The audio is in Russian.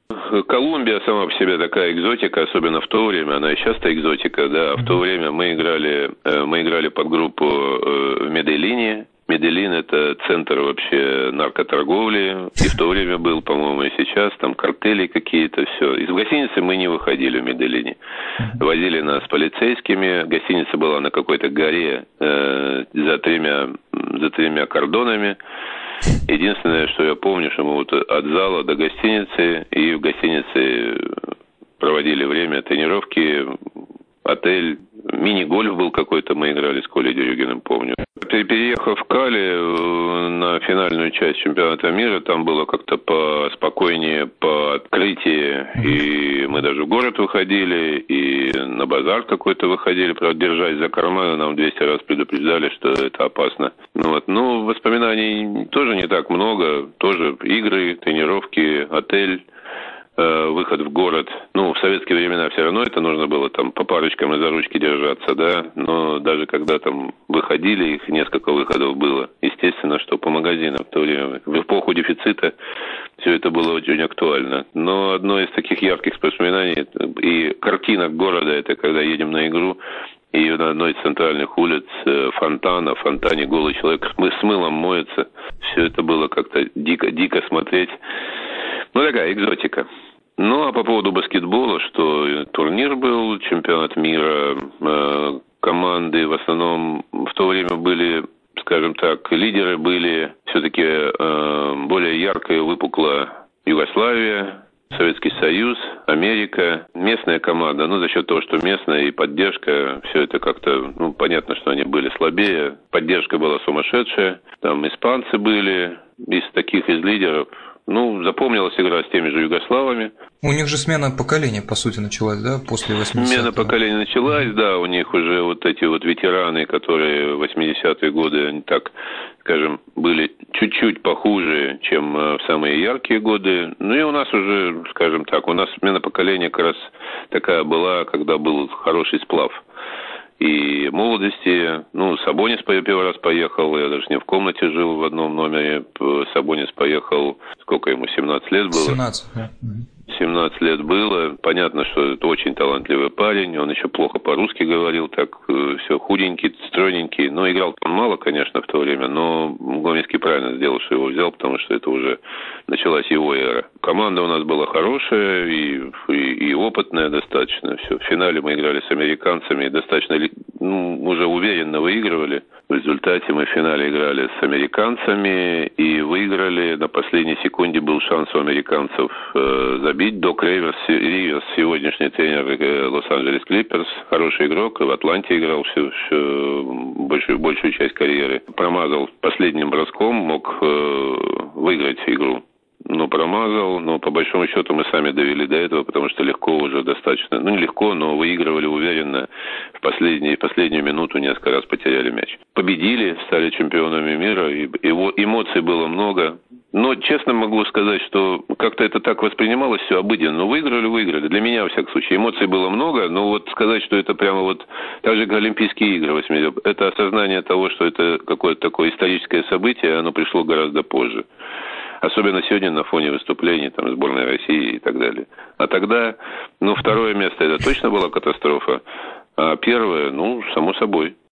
Колумбия сама по себе такая экзотика, особенно в то время, она и сейчас-то экзотика, да, в то время мы играли под группу в Медельине. Медельин — это центр вообще наркоторговли, и в то время был, по-моему, и сейчас, там картели какие-то, все. Из гостиницы мы не выходили в Медельине. Возили нас полицейскими, гостиница была на какой-то горе за тремя кордонами. Единственное, что я помню, что мы вот от зала до гостиницы, и в гостинице проводили время тренировки, отель, мини-гольф был какой-то, мы играли с Колей Дерюгиным, помню. Переехав в Кали на финальную часть чемпионата мира, там было как-то поспокойнее, по открытии, и мы даже в город выходили, и на базар какой-то выходили, правда, держась за карманы, нам 200 раз предупреждали, что это опасно. Ну, воспоминаний тоже не так много, тоже игры, тренировки, отель, выход в город. Ну, в советские времена все равно это нужно было там по парочкам и за ручки держаться, да, но даже когда там выходили, их несколько выходов было, естественно, что по магазинам в то время, в эпоху дефицита, все это было очень актуально. Но одно из таких ярких воспоминаний и картинок города, это когда едем на игру, и на одной из центральных улиц в фонтане голый человек с мылом моется. Все это было как-то дико смотреть. Ну, такая экзотика. Ну, а по поводу баскетбола, что турнир был, чемпионат мира, команды в основном в то время были, скажем так, лидеры были все-таки более ярко и выпукло Югославия, Советский Союз, Америка, местная команда, ну, за счет того, что местная и поддержка, все это как-то, ну, понятно, что они были слабее, поддержка была сумасшедшая, там испанцы были, из лидеров. Ну, запомнилась игра с теми же югославами. У них же смена поколения, по сути, началась, да, после 80-х? Смена поколения началась, да, у них уже вот эти вот ветераны, которые в 80-е годы, они так, скажем, были чуть-чуть похуже, чем в самые яркие годы. Ну и у нас уже, скажем так, у нас смена поколения как раз такая была, когда был хороший сплав. И в молодости, ну, Сабонис первый раз поехал, я даже не в комнате жил в одном номере, Сабонис поехал, сколько ему, 17 лет было? 17, да. 17 лет было, понятно, что это очень талантливый парень, он еще плохо по-русски говорил, так все худенький, стройненький, но играл он мало, конечно, в то время, но Гломинский правильно сделал, что его взял, потому что это уже началась его эра. Команда у нас была хорошая и опытная достаточно, все. В финале мы играли с американцами, достаточно, ну, уже уверенно выигрывали. В результате мы в финале играли с американцами и выиграли. На последней секунде был шанс у американцев забить. Док Риверс, сегодняшний тренер Лос-Анджелес Клиперс, хороший игрок, в Атланте играл большую часть карьеры. Промазал последним броском, мог выиграть игру. Но промазал, но по большому счету мы сами довели до этого, потому что легко уже достаточно, ну не легко, но выигрывали уверенно, в последнюю минуту несколько раз потеряли мяч. Победили, стали чемпионами мира, и эмоций было много. Но честно могу сказать, что как-то это так воспринималось все обыденно. Ну, выиграли. Для меня, во всяком случае, эмоций было много, но вот сказать, что это прямо вот так же, как Олимпийские игры 80, это осознание того, что это какое-то такое историческое событие, оно пришло гораздо позже. Особенно сегодня на фоне выступлений там, сборной России и так далее. А тогда, ну, второе место это точно была катастрофа, а первое, ну, само собой.